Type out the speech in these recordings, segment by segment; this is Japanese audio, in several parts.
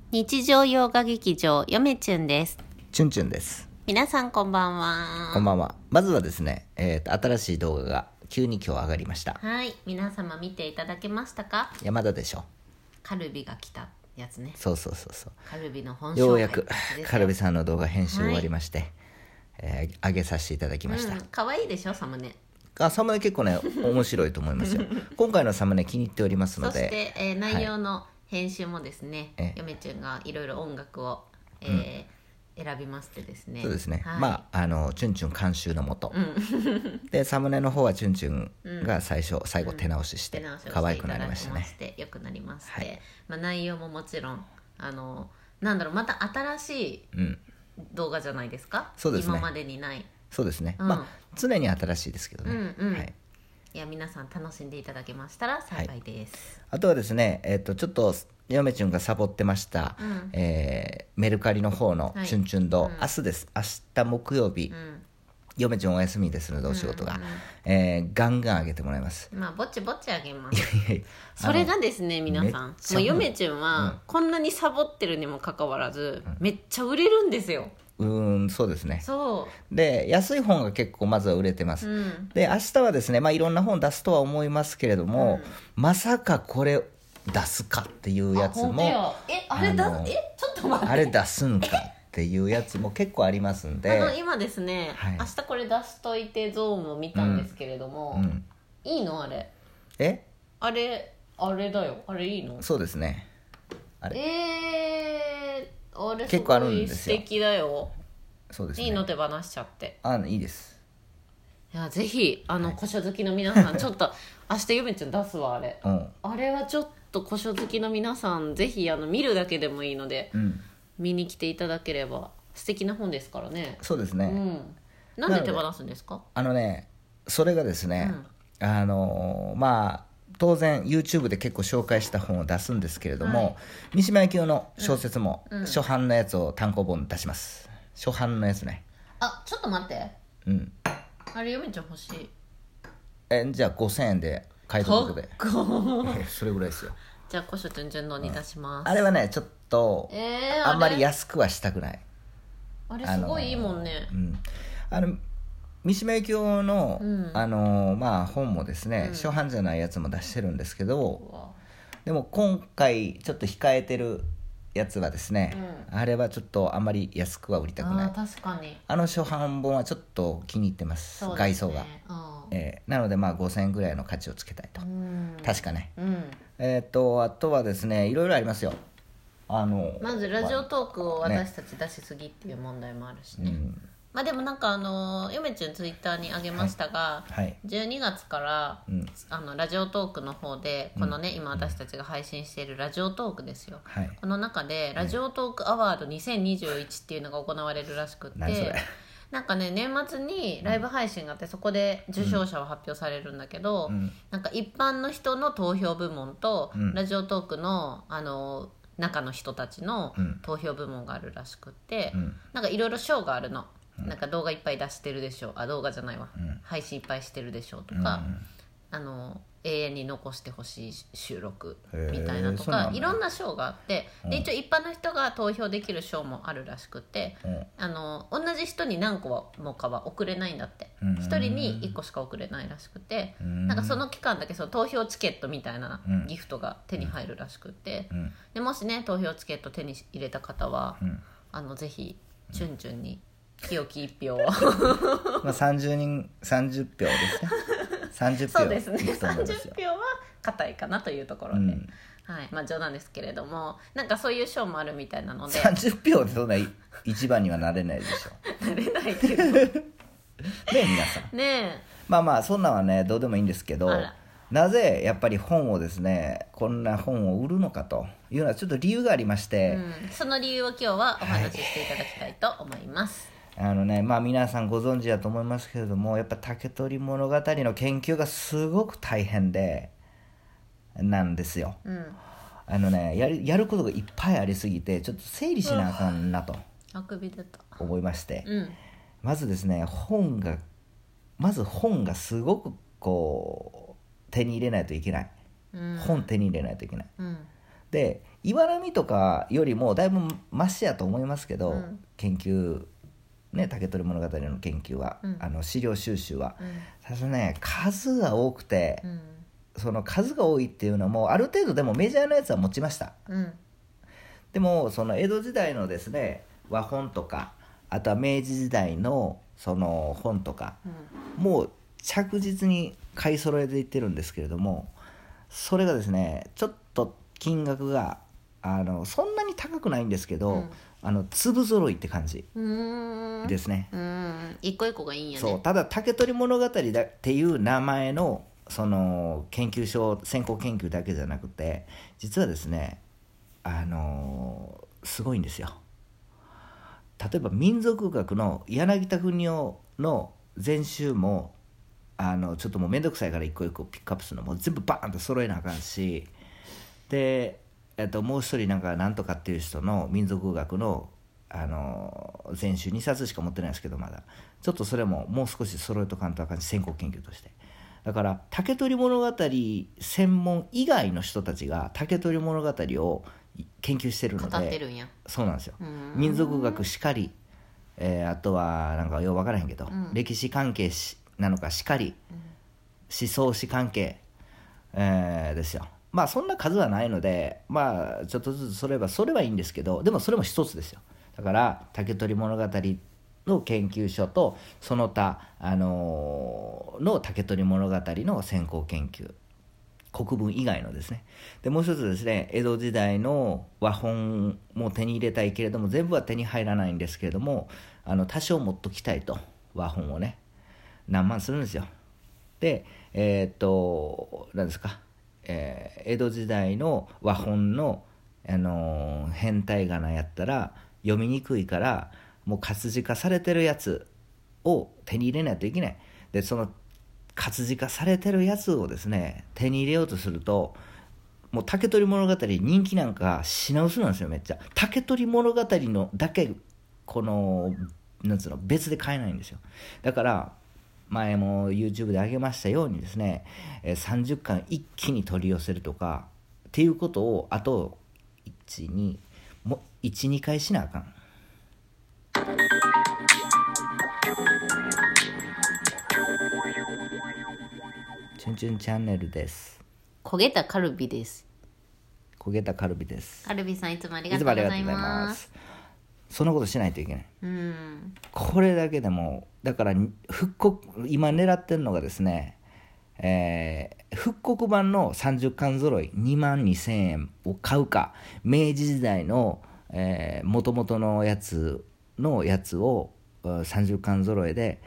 日常洋画劇場よめちゅんです。 チュンチュンです。 皆さんこんばんは。 こんばんは。まずはですね、新しい動画が急に今日上がりました。 はい、皆様見ていただけましたか？ 山田でしょ。 カルビが来たやつね。 そうカルビの本ようやくカルビさんの動画編集終わりまして、上げさせていただきました。 可愛いでしょサムネ。 サムネ結構ね面白いと思いますよ。今回のサムネ気に入っておりますので、 そして、内容の編集もですね、よめちゅんがいろいろ音楽を、選びましてですね。 そうですね、 はい、 まあチュンチュン監修のもと、でサムネの方はチュンチュンが最後手直しして可愛くなりましたね。 よくなりまして、内容ももちろんなんだろう、また新しい動画じゃないですか。 そうですね、 今までにない。 そうですね、まあ常に新しいですけどね。はい、 いや皆さん楽しんでいただけましたら幸いです。 あとはですね、ちょっとよめちゅんがサボってました、メルカリの方のチュンチュン堂、明日です。明日木曜日、よめちゅんお休みですのでお仕事が、ガンガン上げてもらいます。 まあぼちぼち上げます。それがですね皆さん、もうよめちゅんはこんなにサボってるにもかかわらず、めっちゃ売れるんですよ。 そうですね。 そうで安い本が結構まずは売れてます、で明日はですね、いろんな本出すとは思いますけれども、まさかこれ出すかっていうやつも、 ちょっと待って、 あれ出すんかっていうやつも結構ありますんで、 今ですね、明日これ出しといてゾーンを見たんですけれども、いいのあれ、あれだよ、あれいいの？ そうですね、 あれ結構あるんですよ。 すごい素敵だよ。 そうですね、 いいの手放しちゃって。 いいです。 いやぜひ古書好きの皆さんちょっと明日ゆめちゃん出すわあれ、あれはちょっと古書好きの皆さんぜひ見るだけでもいいので、見に来ていただければ。素敵な本ですからね。 そうですね、 なんで手放すんですか？ それがですね、当然 YouTube で結構紹介した本を出すんですけれども、三島由紀夫の小説も初版のやつを単行本出します。初版のやつね。 ちょっと待って、あれよめちゃん欲しい。 じゃあ5000円で買い取ることでそれぐらいですよ。 じゃあ古書チュンチュンのに出します。 あれはねちょっと、あんまり安くはしたくない。 あれすごいいいもんね。 三島由紀夫の、本もですね、初版じゃないやつも出してるんですけど、でも今回ちょっと控えてるやつはですね、あれはちょっとあんまり安くは売りたくない。 確かに初版本はちょっと気に入ってます、外装が。なので5000円ぐらいの価値をつけたいと。確かね、あとはですねいろいろありますよ。 まずラジオトークを私たち出しすぎっていう問題もあるしね。でもよめちゅんツイッターにあげましたが、12月から、ラジオトークの方でこのね、今私たちが配信しているラジオトークですよ、この中でラジオトークアワード2021っていうのが行われるらしくって、年末にライブ配信があって、そこで受賞者は発表されるんだけど、一般の人の投票部門と、ラジオトークの中の人たちの投票部門があるらしくって、いろいろ賞があるの。動画いっぱい出してるでしょ、動画じゃないわ、配信いっぱいしてるでしょとか、永遠に残してほしい収録みたいなとか、いろんな賞があって、で一応一般の人が投票できる賞もあるらしくて、同じ人に何個もかは送れないんだって、1人に1個しか送れないらしくて、その期間だけその投票チケットみたいなギフトが手に入るらしくて、でもしね投票チケット手に入れた方は、ぜひチュンチュンに清き一票を 30票ですね。30票そうですね、30票は硬いかなというところで、冗談ですけれども、そういう賞もあるみたいなので、 30票でそんな一番にはなれないでしょなれないけど皆さんねえ、そんなんはねどうでもいいんですけど、なぜやっぱり本をですね、こんな本を売るのかというのはちょっと理由がありまして、 その理由を今日はお話ししていただきたいと思います。 皆さんご存知だと思いますけれども、やっぱ竹取物語の研究がすごく大変なんですよ。やることがいっぱいありすぎて、ちょっと整理しなあかんなと思いまして、まずですね本がすごく手に入れないといけない、本手に入れないといけない、で岩波とかよりもだいぶマシやと思いますけど、研究ね、竹取物語の研究は、資料収集は、ただね数が多くて、その数が多いっていうのもある程度でもメジャーなやつは持ちました、でもその江戸時代のですね和本とか、あとは明治時代のその本とか、もう着実に買い揃えていってるんですけれども、それがですねちょっと金額がそんなに高くないんですけど、粒揃いって感じですね。 一個一個がいいんやね。 そう、ただ竹取物語だっていう名前のその研究所、先行研究だけじゃなくて、実はですねすごいんですよ。例えば民族学の柳田国夫の全集もちょっともうめんどくさいから一個一個ピックアップするのも全部バーンと揃えなあかんし、でもう一人なんとかっていう人の民族学の全集2冊しか持ってないですけど、まだちょっとそれももう少し揃えとかんとあかんし、先行研究として。だから竹取物語専門以外の人たちが竹取物語を研究してるので、 語ってるんや。 そうなんですよ。民族学しかり、あとはなんかよう分からへんけど、歴史関係なのかしかり、思想史関係、ですよ。まあそんな数はないので、まあちょっとずつそれはいいんですけど、でもそれも一つですよ。だから竹取物語の研究所とその他、の竹取物語の先行研究、国文以外のですね。でもう一つですね、江戸時代の和本も手に入れたいけれども全部は手に入らないんですけれども、多少持っときたいと、和本をね何万するんですよ。で何ですか、江戸時代の和本の、変体仮名やったら読みにくいから、もう活字化されてるやつを手に入れないといけない。でその活字化されてるやつをですね手に入れようとすると、もう竹取物語人気なんか品薄なんですよ。めっちゃ竹取物語のだけこのなんつうの別で買えないんですよ。だから前も YouTube で上げましたようにですね、30巻一気に取り寄せるとかっていうことをあと 1,2 回しなあかん。チュンチュンチャンネルです。 焦げたカルビです。 焦げたカルビです。 カルビさんいつもありがとうございます。 そんなことしないといけない。これだけでもだから今狙ってるのがですね、復刻版の30巻揃い22,000円を買うか、明治時代の元々のやつを30巻揃いで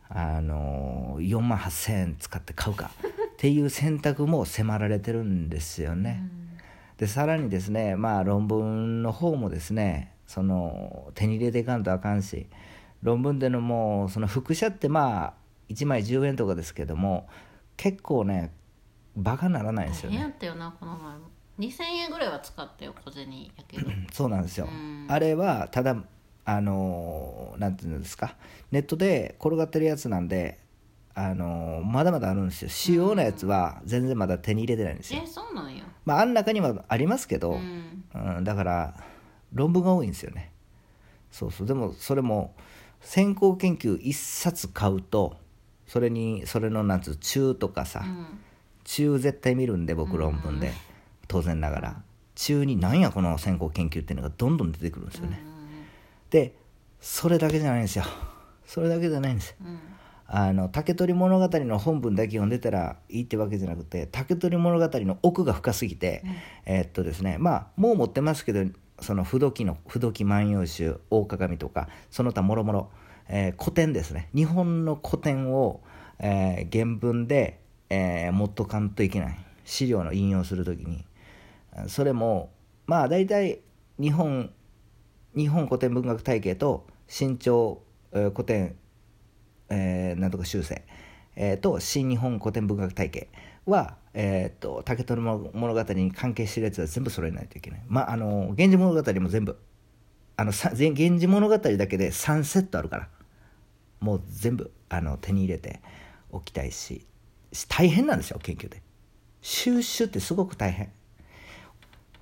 48,000円使って買うかっていう選択も迫られてるんですよね。でさらにですね、まあ論文の方もですねその手に入れていかんとあかんし、論文でのもうその複写ってまあ1枚10円とかですけども結構ねバカならないんですよね。 大変やったよな、この前も2000円ぐらいは使ったよ、小銭やけどそうなんですよ。あれはただなんていうんですか、ネットで転がってるやつなんでまだまだあるんですよ。主要なやつは全然まだ手に入れてないんですよ。 そうなんや。 まああん中にはありますけど、だから論文が多いんですよね。そうそう。でもそれも先行研究1冊買うとそれのなんつう中とかさ、中絶対見るんで僕論文で、当然ながら中になんやこの先行研究っていうのがどんどん出てくるんですよね。でそれだけじゃないんですよ。それだけじゃないんです。竹取物語の本文だけ読んでたらいいってわけじゃなくて、竹取物語の奥が深すぎて、ですね、まあもう持ってますけど、その不動記万葉集、大鏡とかその他もろもろ古典ですね、日本の古典を、原文で、持っとかんといけない。資料の引用するときにそれもまあ大体日本古典文学体系と新潮、古典、なんとか修正、と新日本古典文学体系は、竹取物語に関係してるやつは全部揃えないといけない。まあ源氏物語も全部源氏物語だけで3セットあるから、もう全部手に入れておきたいし、大変なんですよ研究で。収集ってすごく大変で、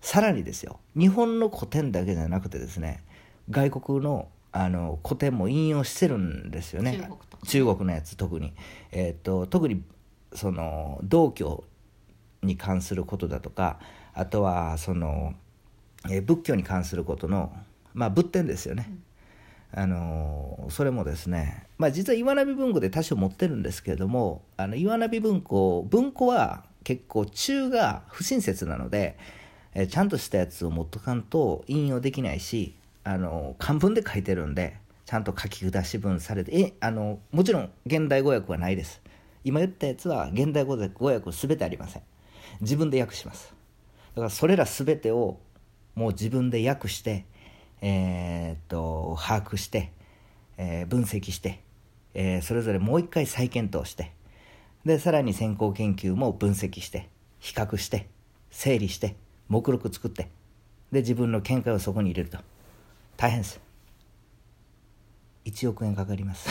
さらにですよ、日本の古典だけじゃなくてですね、外国の古典も引用してるんですよね。中国のやつ特に、特にその道教に関することだとか、あとはその、仏教に関することの、仏典ですよね。それもですね、実は岩波文庫で多少持ってるんですけれども、岩波文庫は結構中が不親切なので、ちゃんとしたやつを持っとかんと引用できないし、漢文で書いてるんでちゃんと書き下し文されて、もちろん現代語訳はないです。今言ったやつは現代語訳全てありません。自分で訳します。だからそれら全てをもう自分で訳して、把握して、分析して、それぞれもう一回再検討して、でさらに先行研究も分析して比較して整理して目録作って、で自分の見解をそこに入れると大変です。1億円かかります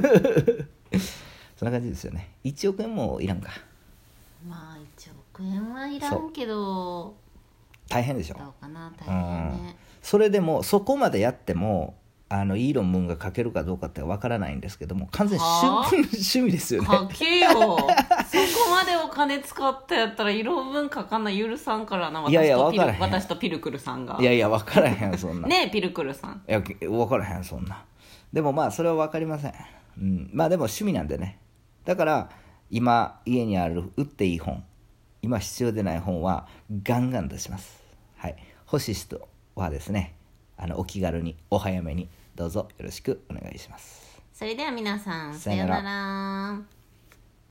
そんな感じですよね。1億円もいらんか。 1億円はいらんけど大変でしょ。 どうかな、大変ね。 それでもそこまでやってもいい論文が書けるかどうかってわからないんですけども、完全に趣味ですよね。 書けよそこまでお金使ったやったらいい論文書かない許さんからな。私とピルクルさんが。 いやいや分からへんそんなねえピルクルさん。 いや分からへんそんな。でもそれは分かりません。でも趣味なんでね。だから今家にある売っていい本、今必要でない本はガンガン出します。はい、欲しい人はですね、お気軽にお早めにどうぞよろしくお願いします。 それでは皆さんさようなら。